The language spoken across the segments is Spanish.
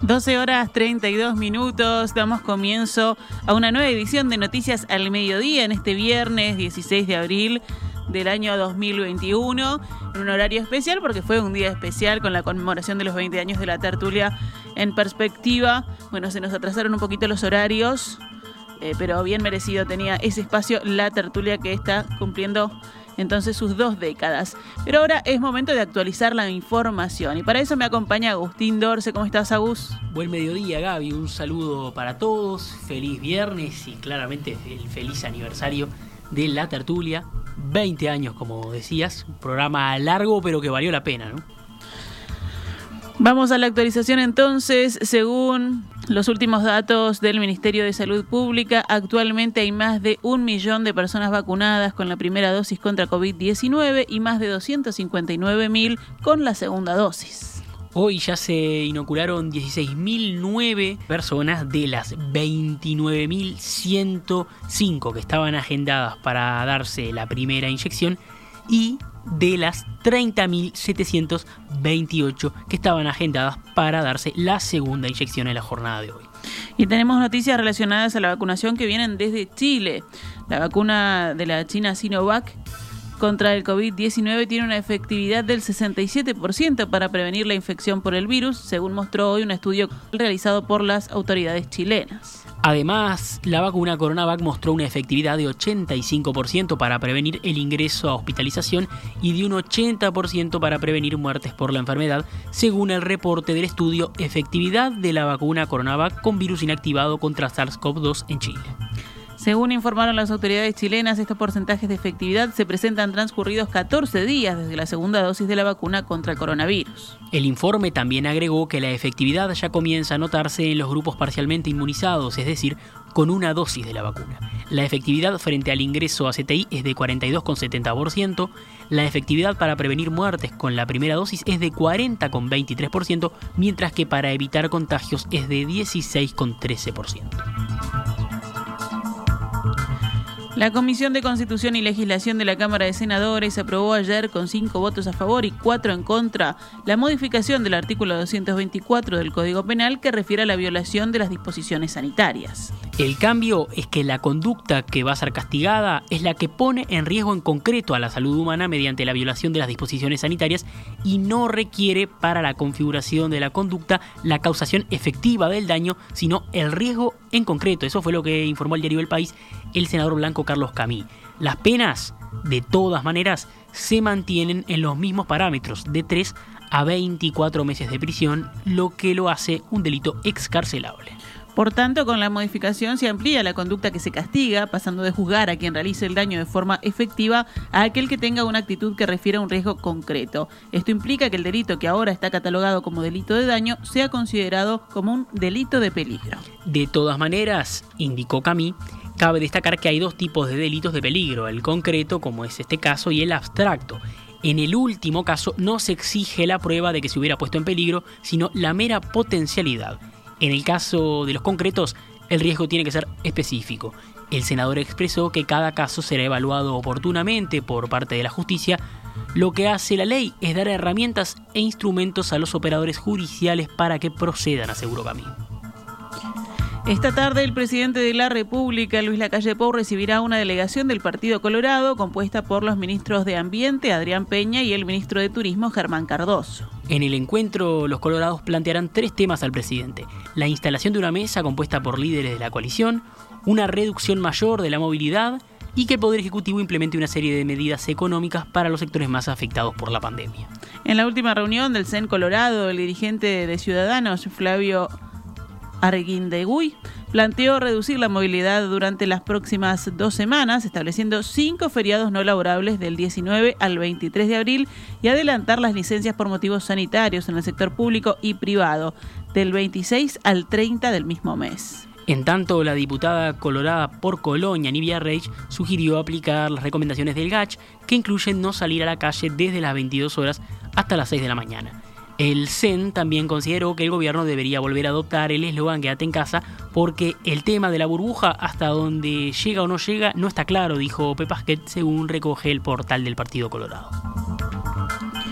12 horas 32 minutos, damos comienzo a una nueva edición de Noticias al Mediodía en este viernes 16 de abril del año 2021, en un horario especial porque fue un día especial con la conmemoración de los 20 años de la tertulia en perspectiva. Bueno, se nos atrasaron un poquito los horarios, pero bien merecido tenía ese espacio la tertulia que está cumpliendo entonces sus 2 décadas. Pero ahora es momento de actualizar la información y para eso me acompaña Agustín Dorce. ¿Cómo estás, Agus? Buen mediodía, Gaby. Un saludo para todos. Feliz viernes y claramente el feliz aniversario de la tertulia. 20 años, como decías. Un programa largo pero que valió la pena, ¿no? Vamos a la actualización entonces. Según los últimos datos del Ministerio de Salud Pública, actualmente hay más de 1 millón de personas vacunadas con la primera dosis contra COVID-19 y más de 259.000 con la segunda dosis. Hoy ya se inocularon 16.009 personas de las 29.105 que estaban agendadas para darse la primera inyección y de las 30.728 que estaban agendadas para darse la segunda inyección en la jornada de hoy. Y tenemos noticias relacionadas a la vacunación que vienen desde Chile. La vacuna de la China Sinovac contra el COVID-19 tiene una efectividad del 67% para prevenir la infección por el virus, según mostró hoy un estudio realizado por las autoridades chilenas. Además, la vacuna CoronaVac mostró una efectividad de 85% para prevenir el ingreso a hospitalización y de un 80% para prevenir muertes por la enfermedad, según el reporte del estudio Efectividad de la vacuna CoronaVac con virus inactivado contra SARS-CoV-2 en Chile. Según informaron las autoridades chilenas, estos porcentajes de efectividad se presentan transcurridos 14 días desde la segunda dosis de la vacuna contra el coronavirus. El informe también agregó que la efectividad ya comienza a notarse en los grupos parcialmente inmunizados, es decir, con una dosis de la vacuna. La efectividad frente al ingreso a CTI es de 42,70%, la efectividad para prevenir muertes con la primera dosis es de 40,23%, mientras que para evitar contagios es de 16,13%. La Comisión de Constitución y Legislación de la Cámara de Senadores aprobó ayer con 5 votos a favor y 4 en contra la modificación del artículo 224 del Código Penal que refiere a la violación de las disposiciones sanitarias. El cambio es que la conducta que va a ser castigada es la que pone en riesgo en concreto a la salud humana mediante la violación de las disposiciones sanitarias y no requiere para la configuración de la conducta la causación efectiva del daño, sino el riesgo en concreto. Eso fue lo que informó el diario El País el senador blanco Carlos Camí. Las penas, de todas maneras, se mantienen en los mismos parámetros, de 3 a 24 meses de prisión, lo que lo hace un delito excarcelable. Por tanto, con la modificación se amplía la conducta que se castiga, pasando de juzgar a quien realice el daño de forma efectiva a aquel que tenga una actitud que refiera a un riesgo concreto. Esto implica que el delito que ahora está catalogado como delito de daño sea considerado como un delito de peligro. De todas maneras, indicó Camí, cabe destacar que hay 2 tipos de delitos de peligro, el concreto, como es este caso, y el abstracto. En el último caso no se exige la prueba de que se hubiera puesto en peligro, sino la mera potencialidad. En el caso de los concretos, el riesgo tiene que ser específico. El senador expresó que cada caso será evaluado oportunamente por parte de la justicia. Lo que hace la ley es dar herramientas e instrumentos a los operadores judiciales para que procedan, aseguró Camí. Esta tarde el presidente de la República, Luis Lacalle Pou, recibirá una delegación del Partido Colorado compuesta por los ministros de Ambiente, Adrián Peña, y el ministro de Turismo, Germán Cardoso. En el encuentro, los colorados plantearán 3 temas al presidente: la instalación de una mesa compuesta por líderes de la coalición, una reducción mayor de la movilidad y que el Poder Ejecutivo implemente una serie de medidas económicas para los sectores más afectados por la pandemia. En la última reunión del CEN Colorado, el dirigente de Ciudadanos, Flavio Arguindeguy, planteó reducir la movilidad durante las próximas 2 semanas, estableciendo 5 feriados no laborables del 19 al 23 de abril y adelantar las licencias por motivos sanitarios en el sector público y privado del 26 al 30 del mismo mes. En tanto, la diputada colorada por Colonia, Nivia Reich, sugirió aplicar las recomendaciones del GACH, que incluyen no salir a la calle desde las 22 horas hasta las 6 de la mañana. El CEN también consideró que el gobierno debería volver a adoptar el eslogan "Quédate en casa", porque el tema de la burbuja, hasta donde llega o no llega, no está claro, dijo Pepasquet, según recoge el portal del Partido Colorado.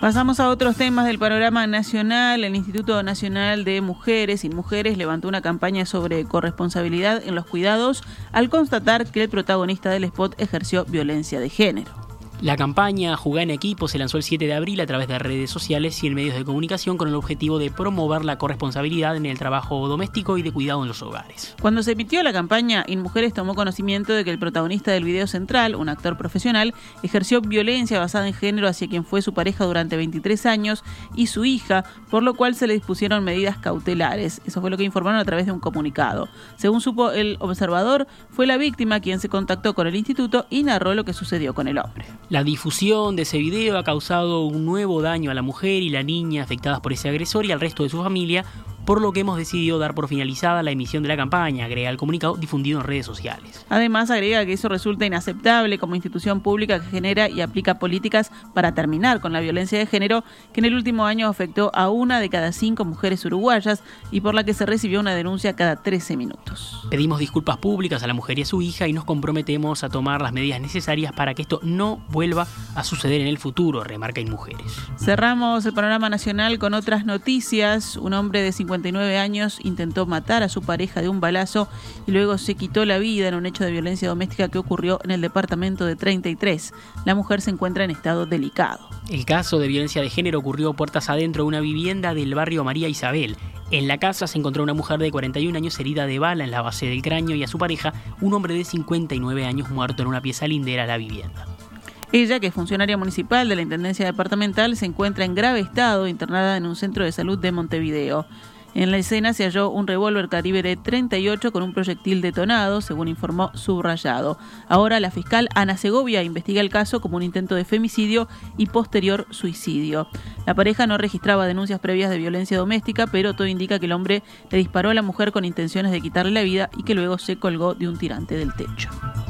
Pasamos a otros temas del panorama nacional. El Instituto Nacional de Mujeres y Mujeres levantó una campaña sobre corresponsabilidad en los cuidados al constatar que el protagonista del spot ejerció violencia de género. La campaña Jugá en Equipo se lanzó el 7 de abril a través de redes sociales y en medios de comunicación con el objetivo de promover la corresponsabilidad en el trabajo doméstico y de cuidado en los hogares. Cuando se emitió la campaña, InMujeres tomó conocimiento de que el protagonista del video central, un actor profesional, ejerció violencia basada en género hacia quien fue su pareja durante 23 años y su hija, por lo cual se le dispusieron medidas cautelares. Eso fue lo que informaron a través de un comunicado. Según supo El Observador, fue la víctima quien se contactó con el instituto y narró lo que sucedió con el hombre. La difusión de ese video ha causado un nuevo daño a la mujer y la niña afectadas por ese agresor y al resto de su familia, por lo que hemos decidido dar por finalizada la emisión de la campaña, agrega el comunicado difundido en redes sociales. Además, agrega que eso resulta inaceptable como institución pública que genera y aplica políticas para terminar con la violencia de género, que en el último año afectó a 1 de cada 5 mujeres uruguayas y por la que se recibió una denuncia cada 13 minutos. Pedimos disculpas públicas a la mujer y a su hija y nos comprometemos a tomar las medidas necesarias para que esto no vuelva a suceder en el futuro, remarca InMujeres. Cerramos el panorama nacional con otras noticias. Un hombre de 59 años intentó matar a su pareja de un balazo y luego se quitó la vida en un hecho de violencia doméstica que ocurrió en el departamento de 33. La mujer se encuentra en estado delicado. El caso de violencia de género ocurrió puertas adentro de una vivienda del barrio María Isabel. En la casa se encontró una mujer de 41 años herida de bala en la base del cráneo y a su pareja, un hombre de 59 años muerto en una pieza lindera a la vivienda. Ella, que es funcionaria municipal de la Intendencia Departamental, se encuentra en grave estado internada en un centro de salud de Montevideo. En la escena se halló un revólver calibre 38 con un proyectil detonado, según informó Subrayado. Ahora la fiscal Ana Segovia investiga el caso como un intento de femicidio y posterior suicidio. La pareja no registraba denuncias previas de violencia doméstica, pero todo indica que el hombre le disparó a la mujer con intenciones de quitarle la vida y que luego se colgó de un tirante del techo.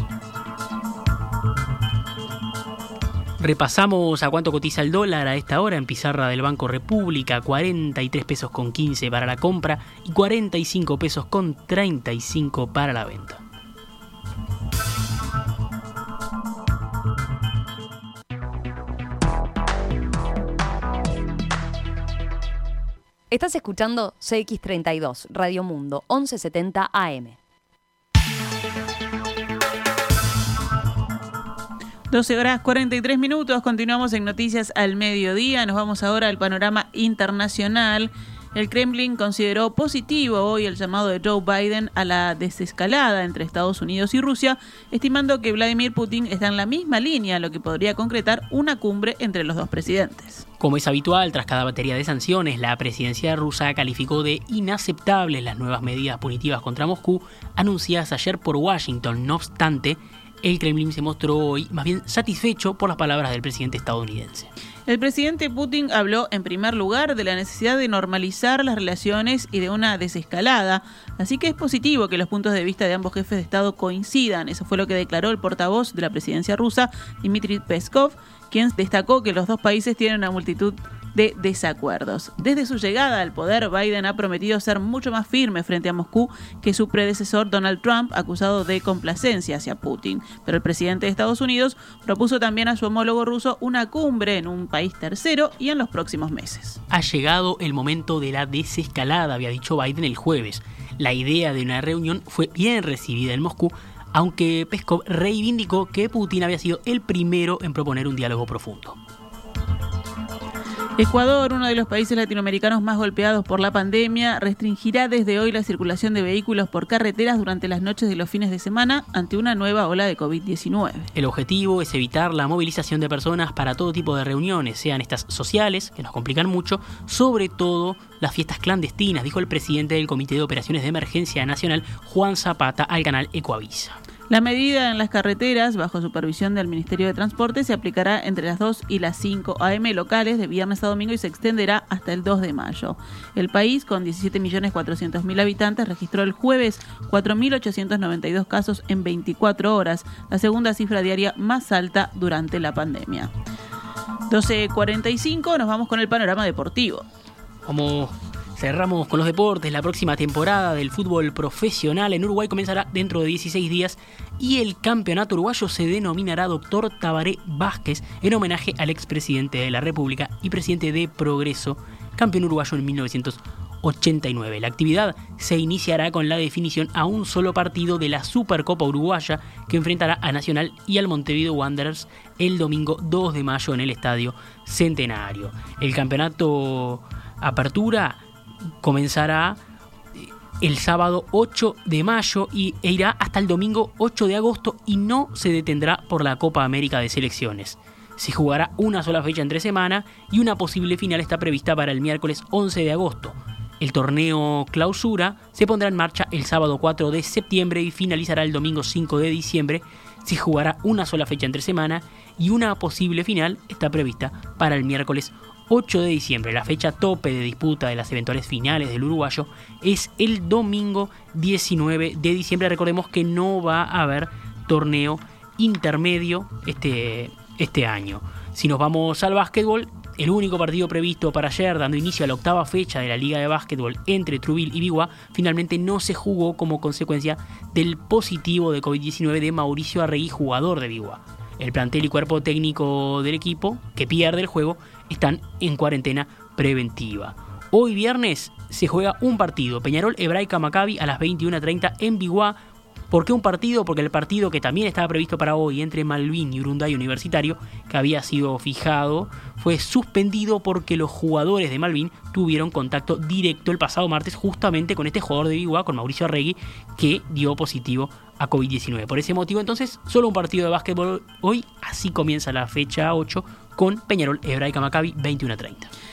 Repasamos a cuánto cotiza el dólar a esta hora en pizarra del Banco República: 43 pesos con 15 para la compra y 45 pesos con 35 para la venta. Estás escuchando CX32, Radio Mundo, 1170 AM. 12 horas 43 minutos, continuamos en Noticias al Mediodía. Nos vamos ahora al panorama internacional. El Kremlin consideró positivo hoy el llamado de Joe Biden a la desescalada entre Estados Unidos y Rusia, estimando que Vladimir Putin está en la misma línea, lo que podría concretar una cumbre entre los dos presidentes. Como es habitual, tras cada batería de sanciones, la presidencia rusa calificó de inaceptables las nuevas medidas punitivas contra Moscú anunciadas ayer por Washington. No obstante, el Kremlin se mostró hoy más bien satisfecho por las palabras del presidente estadounidense. El presidente Putin habló en primer lugar de la necesidad de normalizar las relaciones y de una desescalada, así que es positivo que los puntos de vista de ambos jefes de Estado coincidan. Eso fue lo que declaró el portavoz de la presidencia rusa, Dmitry Peskov, quien destacó que los dos países tienen una multitud de desacuerdos. Desde su llegada al poder, Biden ha prometido ser mucho más firme frente a Moscú que su predecesor Donald Trump, acusado de complacencia hacia Putin. Pero el presidente de Estados Unidos propuso también a su homólogo ruso una cumbre en un país tercero y en los próximos meses. Ha llegado el momento de la desescalada, había dicho Biden el jueves. La idea de una reunión fue bien recibida en Moscú, aunque Peskov reivindicó que Putin había sido el primero en proponer un diálogo profundo. Ecuador, uno de los países latinoamericanos más golpeados por la pandemia, restringirá desde hoy la circulación de vehículos por carreteras durante las noches de los fines de semana ante una nueva ola de COVID-19. El objetivo es evitar la movilización de personas para todo tipo de reuniones, sean estas sociales, que nos complican mucho, sobre todo las fiestas clandestinas, dijo el presidente del Comité de Operaciones de Emergencia Nacional, Juan Zapata, al canal Ecoavisa. La medida en las carreteras, bajo supervisión del Ministerio de Transporte, se aplicará entre las 2 y las 5 a.m. locales de viernes a domingo y se extenderá hasta el 2 de mayo. El país, con 17.400.000 habitantes, registró el jueves 4.892 casos en 24 horas, la segunda cifra diaria más alta durante la pandemia. 12:45, nos vamos con el panorama deportivo. Como Cerramos con los deportes. La próxima temporada del fútbol profesional en Uruguay comenzará dentro de 16 días y el campeonato uruguayo se denominará Dr. Tabaré Vázquez en homenaje al expresidente de la República y presidente de Progreso, campeón uruguayo en 1989. La actividad se iniciará con la definición a un solo partido de la Supercopa Uruguaya que enfrentará a Nacional y al Montevideo Wanderers el domingo 2 de mayo en el Estadio Centenario. El campeonato Apertura comenzará el sábado 8 de mayo e irá hasta el domingo 8 de agosto y no se detendrá por la Copa América de Selecciones. Se jugará una sola fecha entre semana y una posible final está prevista para el miércoles 11 de agosto. El torneo Clausura se pondrá en marcha el sábado 4 de septiembre y finalizará el domingo 5 de diciembre. Se jugará una sola fecha entre semana y una posible final está prevista para el miércoles 8 de diciembre. La fecha tope de disputa de las eventuales finales del uruguayo es el domingo 19 de diciembre. Recordemos que no va a haber torneo intermedio este año. Si nos vamos al básquetbol, el único partido previsto para ayer, dando inicio a la octava fecha de la Liga de Básquetbol entre Trubil y Biguá, finalmente no se jugó como consecuencia del positivo de COVID-19 de Mauricio Arregui, jugador de Biguá. El plantel y cuerpo técnico del equipo, que pierde el juego, están en cuarentena preventiva. Hoy viernes se juega un partido, Peñarol Hebraica Maccabi a las 21:30 en Biguá. ¿Por qué un partido? Porque el partido que también estaba previsto para hoy entre Malvin y Urunday Universitario, que había sido fijado, fue suspendido porque los jugadores de Malvin tuvieron contacto directo el pasado martes justamente con este jugador de Biguá, con Mauricio Arregui, que dio positivo a COVID-19. Por ese motivo, entonces, solo un partido de básquetbol hoy. Así comienza la fecha 8 con Peñarol Hebraica Maccabi 21:30.